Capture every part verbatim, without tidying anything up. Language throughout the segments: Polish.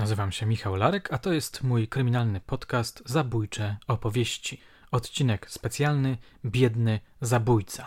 Nazywam się Michał Larek, a to jest mój kryminalny podcast Zabójcze opowieści. Odcinek specjalny Biedny zabójca.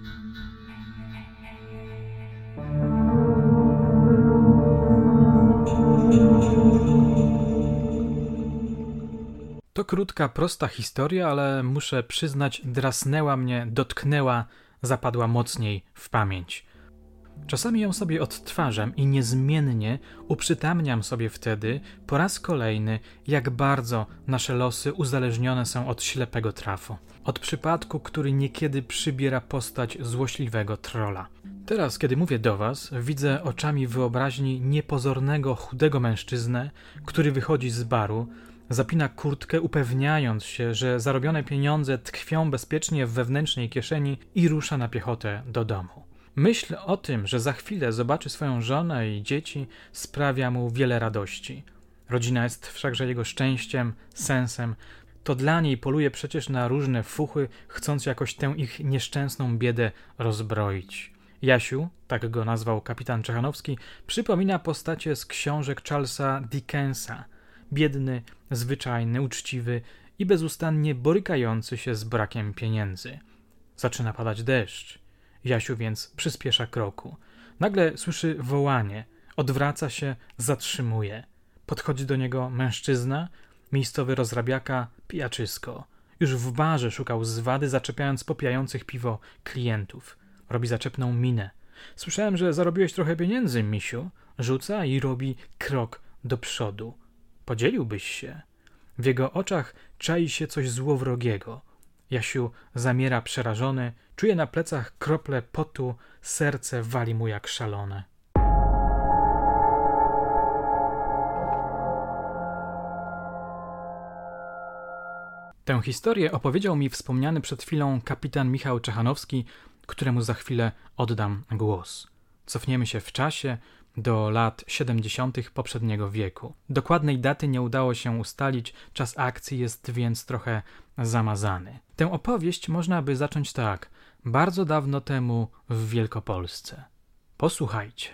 To krótka, prosta historia, ale muszę przyznać, drasnęła mnie, dotknęła, zapadła mocniej w pamięć. Czasami ją sobie odtwarzam i niezmiennie uprzytamniam sobie wtedy po raz kolejny, jak bardzo nasze losy uzależnione są od ślepego trafu. Od przypadku, który niekiedy przybiera postać złośliwego trolla. Teraz, kiedy mówię do was, widzę oczami wyobraźni niepozornego, chudego mężczyznę, który wychodzi z baru, zapina kurtkę, upewniając się, że zarobione pieniądze tkwią bezpiecznie w wewnętrznej kieszeni i rusza na piechotę do domu. Myśl o tym, że za chwilę zobaczy swoją żonę i dzieci, sprawia mu wiele radości. Rodzina jest wszakże jego szczęściem, sensem. To dla niej poluje przecież na różne fuchy, chcąc jakoś tę ich nieszczęsną biedę rozbroić. Jasiu, tak go nazwał kapitan Czechanowski, przypomina postacie z książek Charlesa Dickensa. Biedny, zwyczajny, uczciwy i bezustannie borykający się z brakiem pieniędzy. Zaczyna padać deszcz. Jasiu więc przyspiesza kroku. Nagle słyszy wołanie, odwraca się, zatrzymuje. Podchodzi do niego mężczyzna, miejscowy rozrabiaka, pijaczysko. Już w barze szukał zwady, zaczepiając popijających piwo klientów. Robi zaczepną minę. Słyszałem, że zarobiłeś trochę pieniędzy, misiu. Rzuca i robi krok do przodu. Podzieliłbyś się. W jego oczach czai się coś złowrogiego. Jasiu zamiera przerażony, czuje na plecach krople potu, serce wali mu jak szalone. Tę historię opowiedział mi wspomniany przed chwilą kapitan Michał Czechanowski, któremu za chwilę oddam głos. Cofniemy się w czasie do lat siedemdziesiątych poprzedniego wieku. Dokładnej daty nie udało się ustalić, czas akcji jest więc trochę zamazany. Tę opowieść można by zacząć tak. Bardzo dawno temu w Wielkopolsce. Posłuchajcie.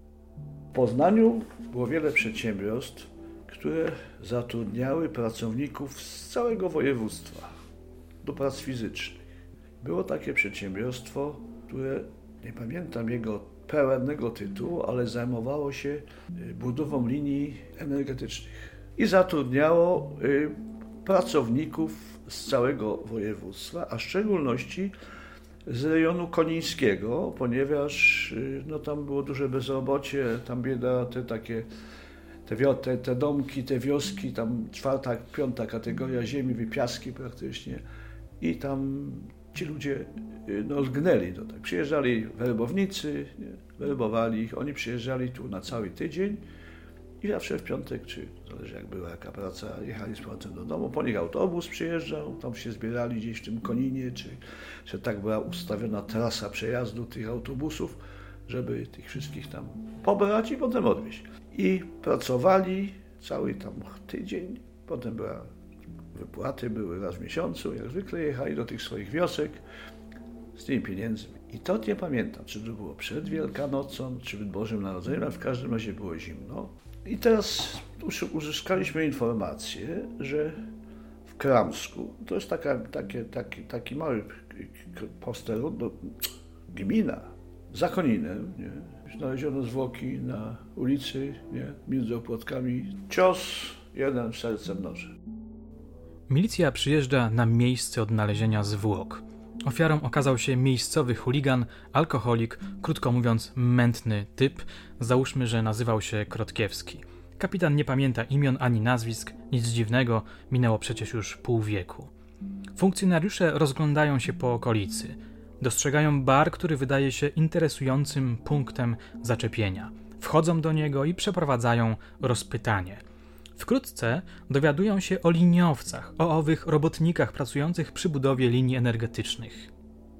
W Poznaniu było wiele przedsiębiorstw, które zatrudniały pracowników z całego województwa do prac fizycznych. Było takie przedsiębiorstwo, które, nie pamiętam jego pełnego tytułu, ale zajmowało się budową linii energetycznych i zatrudniało y, pracowników z całego województwa, a w szczególności z rejonu konińskiego, ponieważ y, no, tam było duże bezrobocie, tam bieda, te takie te, te, te domki, te wioski, tam czwarta, piąta kategoria ziemi, wypiaski praktycznie i tam ci ludzie no, zgnęli to tak. Przyjeżdżali werbownicy, nie, werbowali ich, oni przyjeżdżali tu na cały tydzień i zawsze w piątek, czy zależy jak była jaka praca, jechali z powrotem do domu, po nich autobus przyjeżdżał, tam się zbierali gdzieś w tym Koninie, czy, czy tak była ustawiona trasa przejazdu tych autobusów, żeby tych wszystkich tam pobrać i potem odwieźć. I pracowali cały tam tydzień, potem była wypłaty były raz w miesiącu, jak zwykle jechali do tych swoich wiosek z tymi pieniędzmi. I to nie pamiętam, czy to było przed Wielkanocą, czy przed Bożym Narodzeniem, ale w każdym razie było zimno. I teraz uzyskaliśmy informację, że w Kramsku, to jest taka, takie, taki, taki mały posterun, no, gmina, za Koninem, nie? Znaleziono zwłoki na ulicy, nie? Między opłotkami. Cios, jeden w serce noże. Milicja przyjeżdża na miejsce odnalezienia zwłok. Ofiarą okazał się miejscowy chuligan, alkoholik, krótko mówiąc mętny typ, załóżmy, że nazywał się Krotkiewski. Kapitan nie pamięta imion ani nazwisk, nic dziwnego, minęło przecież już pół wieku. Funkcjonariusze rozglądają się po okolicy. Dostrzegają bar, który wydaje się interesującym punktem zaczepienia. Wchodzą do niego i przeprowadzają rozpytanie. Wkrótce dowiadują się o liniowcach, o owych robotnikach pracujących przy budowie linii energetycznych.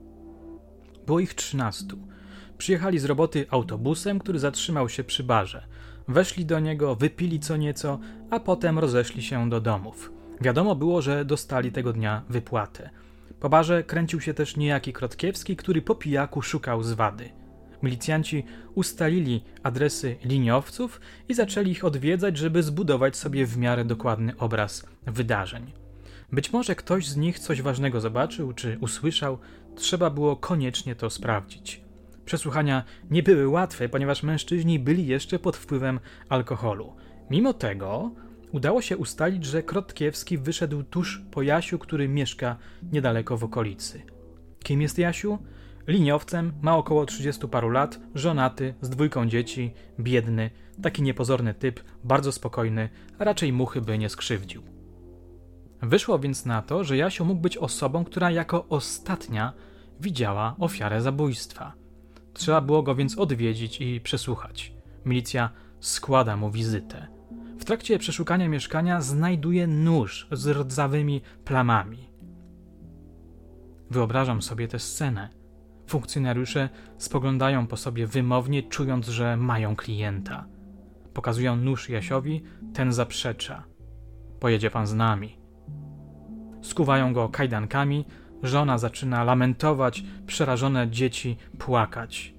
Było ich trzynastu. Przyjechali z roboty autobusem, który zatrzymał się przy barze. Weszli do niego, wypili co nieco, a potem rozeszli się do domów. Wiadomo było, że dostali tego dnia wypłatę. Po barze kręcił się też niejaki Krotkiewski, który po pijaku szukał zwady. Milicjanci ustalili adresy liniowców i zaczęli ich odwiedzać, żeby zbudować sobie w miarę dokładny obraz wydarzeń. Być może ktoś z nich coś ważnego zobaczył czy usłyszał, trzeba było koniecznie to sprawdzić. Przesłuchania nie były łatwe, ponieważ mężczyźni byli jeszcze pod wpływem alkoholu. Mimo tego udało się ustalić, że Krotkiewski wyszedł tuż po Jasiu, który mieszka niedaleko w okolicy. Kim jest Jasiu? Liniowcem, ma około trzydziestu paru lat, żonaty, z dwójką dzieci, biedny, taki niepozorny typ, bardzo spokojny, a raczej muchy by nie skrzywdził. Wyszło więc na to, że Jasiu mógł być osobą, która jako ostatnia widziała ofiarę zabójstwa. Trzeba było go więc odwiedzić i przesłuchać. Milicja składa mu wizytę. W trakcie przeszukania mieszkania znajduje nóż z rdzawymi plamami. Wyobrażam sobie tę scenę. Funkcjonariusze spoglądają po sobie wymownie, czując, że mają klienta. Pokazują nóż Jasiowi, ten zaprzecza. Pojedzie pan z nami. Skuwają go kajdankami, żona zaczyna lamentować, przerażone dzieci płakać.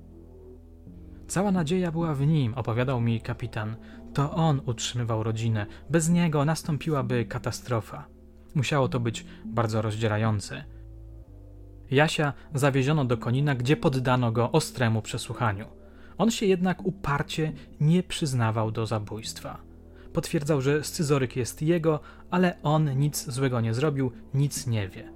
Cała nadzieja była w nim, opowiadał mi kapitan. To on utrzymywał rodzinę. Bez niego nastąpiłaby katastrofa. Musiało to być bardzo rozdzierające. Jasia zawieziono do Konina, gdzie poddano go ostremu przesłuchaniu. On się jednak uparcie nie przyznawał do zabójstwa. Potwierdzał, że scyzoryk jest jego, ale on nic złego nie zrobił, nic nie wie.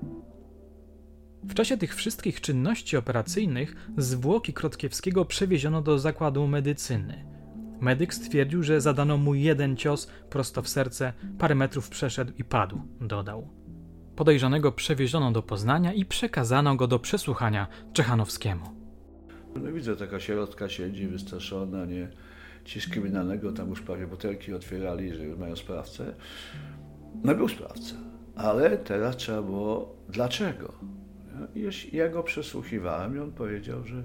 W czasie tych wszystkich czynności operacyjnych zwłoki Krotkiewskiego przewieziono do zakładu medycyny. Medyk stwierdził, że zadano mu jeden cios prosto w serce, parę metrów przeszedł i padł, dodał. Podejrzanego przewieziono do Poznania i przekazano go do przesłuchania Czechanowskiemu. No widzę, taka sierotka siedzi wystraszona, nie? Ci z kryminalnego tam już prawie butelki otwierali, że już mają sprawcę. No był sprawca, ale teraz trzeba było dlaczego. I ja go przesłuchiwałem i on powiedział, że,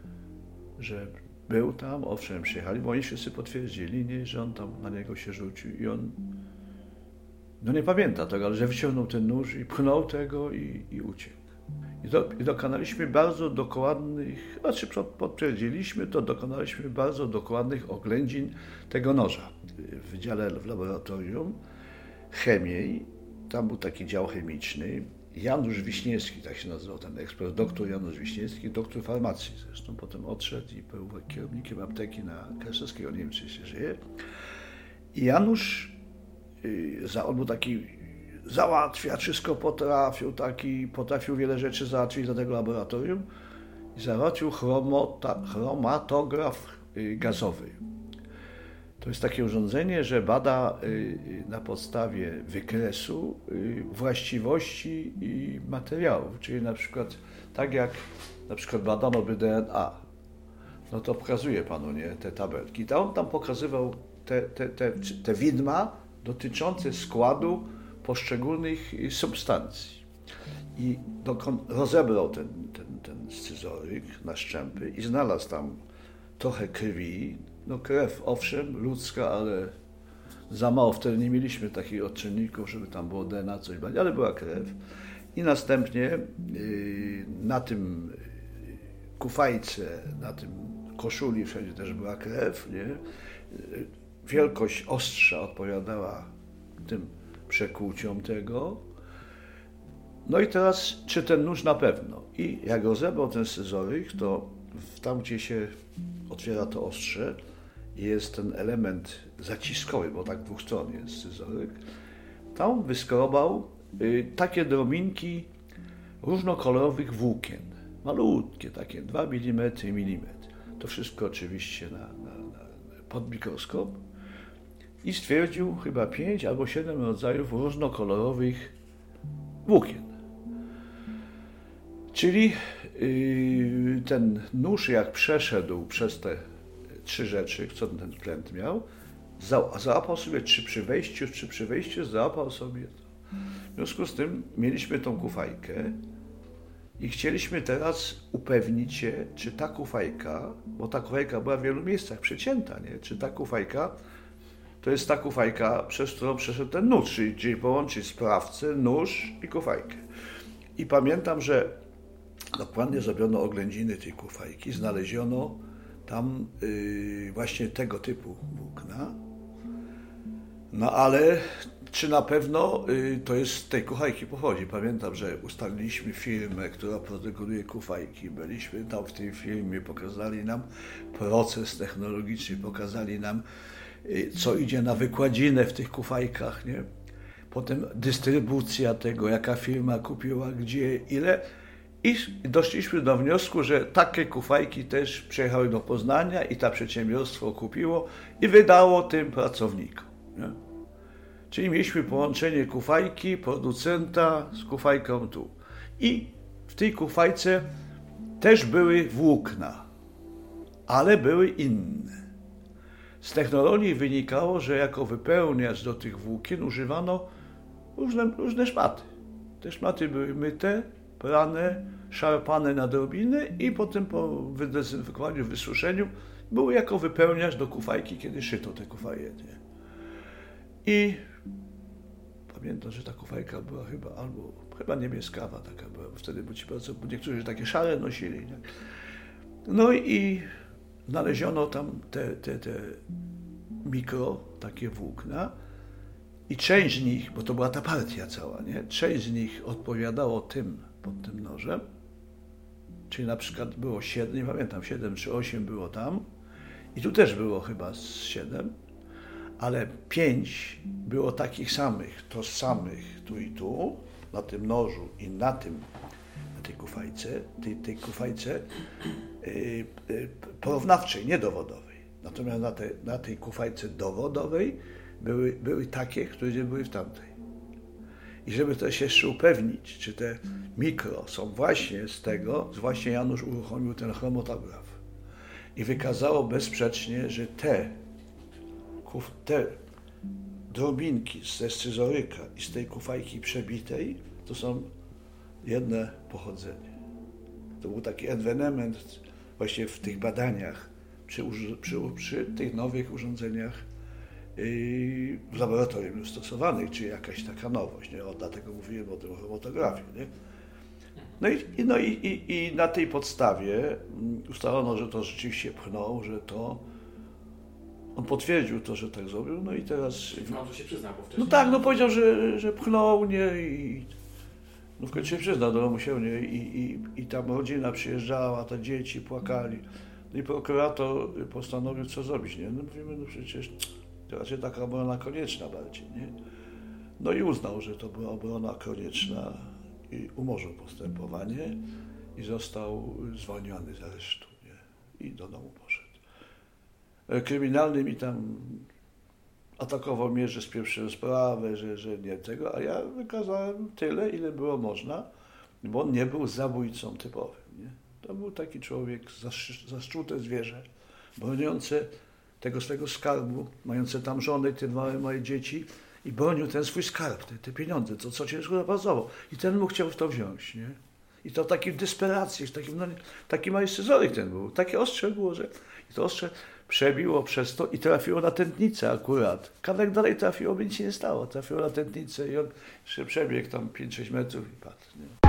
że był tam, owszem, przyjechali, bo oni wszyscy potwierdzili, nie, że on tam na niego się rzucił i on no nie pamięta tego, ale że wyciągnął ten nóż i pchnął tego i, i uciekł. I, do, I dokonaliśmy bardzo dokładnych, znaczy potwierdziliśmy to, dokonaliśmy bardzo dokładnych oględzin tego noża. W wydziale, w laboratorium chemii, tam był taki dział chemiczny, Janusz Wiśniewski, tak się nazywał ten ekspert, doktor Janusz Wiśniewski, doktor farmacji zresztą, potem odszedł i był kierownikiem apteki na Kraszewskiego, nie wiem czy się żyje. I Janusz, on był taki, załatwia, wszystko potrafił, taki, potrafił wiele rzeczy załatwić do tego laboratorium i załatwił chromota, chromatograf gazowy. To jest takie urządzenie, że bada na podstawie wykresu właściwości materiałów, czyli na przykład tak jak na przykład badano by D N A, no to pokazuje panu, nie, te tabelki. To on tam pokazywał te, te, te, te widma dotyczące składu poszczególnych substancji. I dokąd rozebrał ten, ten, ten scyzoryk na szczępy i znalazł tam trochę krwi. No krew, owszem, ludzka, ale za mało. Wtedy nie mieliśmy takich odczynników, żeby tam było D N A, coś bardziej, ale była krew. I następnie yy, na tym kufajce, na tym koszuli wszędzie też była krew, nie? Yy, wielkość ostrza odpowiadała tym przekłuciom tego. No i teraz, czy ten nóż na pewno? I jak rozebrał ten scyzoryk, to tam, gdzie się otwiera to ostrze, jest ten element zaciskowy, bo tak dwóch stron jest scyzoryk. Tam wyskrobał y, takie drobinki różnokolorowych włókien. Malutkie takie, dwa milimetry, milimetr. To wszystko oczywiście na, na, na, pod mikroskop. I stwierdził chyba pięć albo siedem rodzajów różnokolorowych włókien. Czyli yy, ten nóż, jak przeszedł przez te trzy rzeczy, co ten klient miał, za, załapał sobie, czy przy wejściu, czy przy wejściu załapał sobie to. W związku z tym mieliśmy tą kufajkę i chcieliśmy teraz upewnić się, czy ta kufajka, bo ta kufajka była w wielu miejscach przecięta, nie? Czy ta kufajka to jest ta kufajka, przez którą przeszedł ten nóż, czyli, czyli połączyć sprawcę, nóż i kufajkę. I pamiętam, że dokładnie zrobiono oględziny tej kufajki, znaleziono tam yy, właśnie tego typu włókna. No ale czy na pewno yy, to jest z tej kufajki pochodzi? Pamiętam, że ustaliliśmy firmę, która produkuje kufajki. Byliśmy tam w tym filmie, pokazali nam proces technologiczny, pokazali nam, yy, co idzie na wykładzinę w tych kufajkach, nie? Potem dystrybucja tego, jaka firma kupiła, gdzie, ile. I doszliśmy do wniosku, że takie kufajki też przyjechały do Poznania i to przedsiębiorstwo kupiło i wydało tym pracownikom. Nie? Czyli mieliśmy połączenie kufajki, producenta z kufajką tu. I w tej kufajce też były włókna, ale były inne. Z technologii wynikało, że jako wypełniacz do tych włókien używano różne, różne szmaty. Te szmaty były myte, prane, szarpane na drobiny i potem po wydezynfekowaniu, wysuszeniu były jako wypełniacz do kufajki, kiedy szyto te kufajety. I pamiętam, że ta kufajka była chyba albo chyba niebieskawa taka była, wtedy bo ci bardzo, bo niektórzy takie szare nosili. Nie? No i znaleziono tam te, te, te mikro, takie włókna i część z nich, bo to była ta partia cała, nie? Część z nich odpowiadało tym pod tym nożem, czyli na przykład było siedem, nie pamiętam, siedem czy osiem było tam i tu też było chyba z siedem, ale pięć było takich samych, tożsamych tu i tu, na tym nożu i na tym, na tej kufajce, tej, tej kufajce yy, yy, porównawczej, nie dowodowej. Natomiast na, te, na tej kufajce dowodowej były, były takie, które nie były w tamtej. I żeby też jeszcze upewnić, czy te mikro są właśnie z tego, właśnie Janusz uruchomił ten chromatograf. I wykazało bezsprzecznie, że te, te drobinki ze scyzoryka i z tej kufajki przebitej to są jedne pochodzenie. To był taki ewenement właśnie w tych badaniach, przy, przy, przy tych nowych urządzeniach yy, w laboratorium już stosowanych, czy jakaś taka nowość, nie? O, dlatego mówiłem o tym chromatografie, nie? No, i, no i, i, i na tej podstawie ustalono, że to rzeczywiście pchnął, że to on potwierdził to, że tak zrobił, no i teraz... No, że się przyznał, bo wcześniej... No tak, no powiedział, że, że pchnął, nie, i no w końcu się przyznał, no musiał, nie, i, i, i tam rodzina przyjeżdżała, te dzieci płakali. No i prokurator postanowił, co zrobić, nie? No mówimy, no przecież to raczej taka obrona konieczna bardziej, nie? No i uznał, że to była obrona konieczna i umorzył postępowanie i został zwolniony z aresztu, nie? I do domu poszedł. Kryminalny mi tam atakował mnie, że spieprzyłem sprawę, że, że nie tego, a ja wykazałem tyle, ile było można, bo on nie był zabójcą typowym, nie? To był taki człowiek, zaszczute zwierzę, broniące tego swego skarbu, mające tam żony, te małe, małe dzieci i bronił ten swój skarb, te, te pieniądze, to co ciężko napracował. I ten mu chciał w to wziąć, nie? I to w takiej desperacji, takim, no, taki mały scyzoryk ten był, takie ostrze było, że i to ostrze przebiło przez to i trafiło na tętnicę akurat. Kawałek dalej trafiło, by nic się nie stało. Trafiło na tętnicę i on jeszcze przebiegł tam pięć sześć metrów i padł, nie?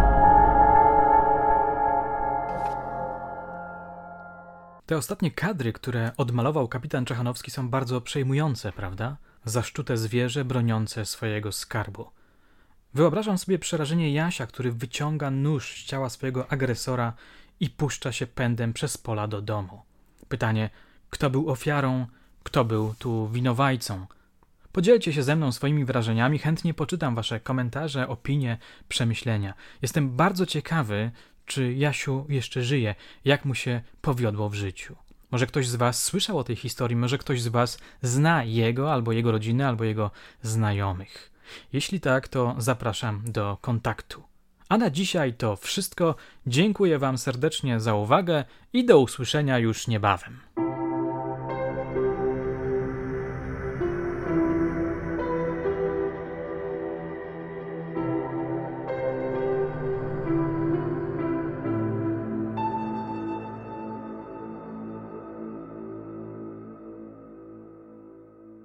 Te ostatnie kadry, które odmalował kapitan Czechanowski, są bardzo przejmujące, prawda? Zaszczute zwierzę broniące swojego skarbu. Wyobrażam sobie przerażenie Jasia, który wyciąga nóż z ciała swojego agresora i puszcza się pędem przez pola do domu. Pytanie, kto był ofiarą, kto był tu winowajcą? Podzielcie się ze mną swoimi wrażeniami, chętnie poczytam wasze komentarze, opinie, przemyślenia. Jestem bardzo ciekawy, czy Jasiu jeszcze żyje, jak mu się powiodło w życiu. Może ktoś z was słyszał o tej historii, może ktoś z was zna jego, albo jego rodzinę, albo jego znajomych. Jeśli tak, to zapraszam do kontaktu. A na dzisiaj to wszystko. Dziękuję wam serdecznie za uwagę i do usłyszenia już niebawem.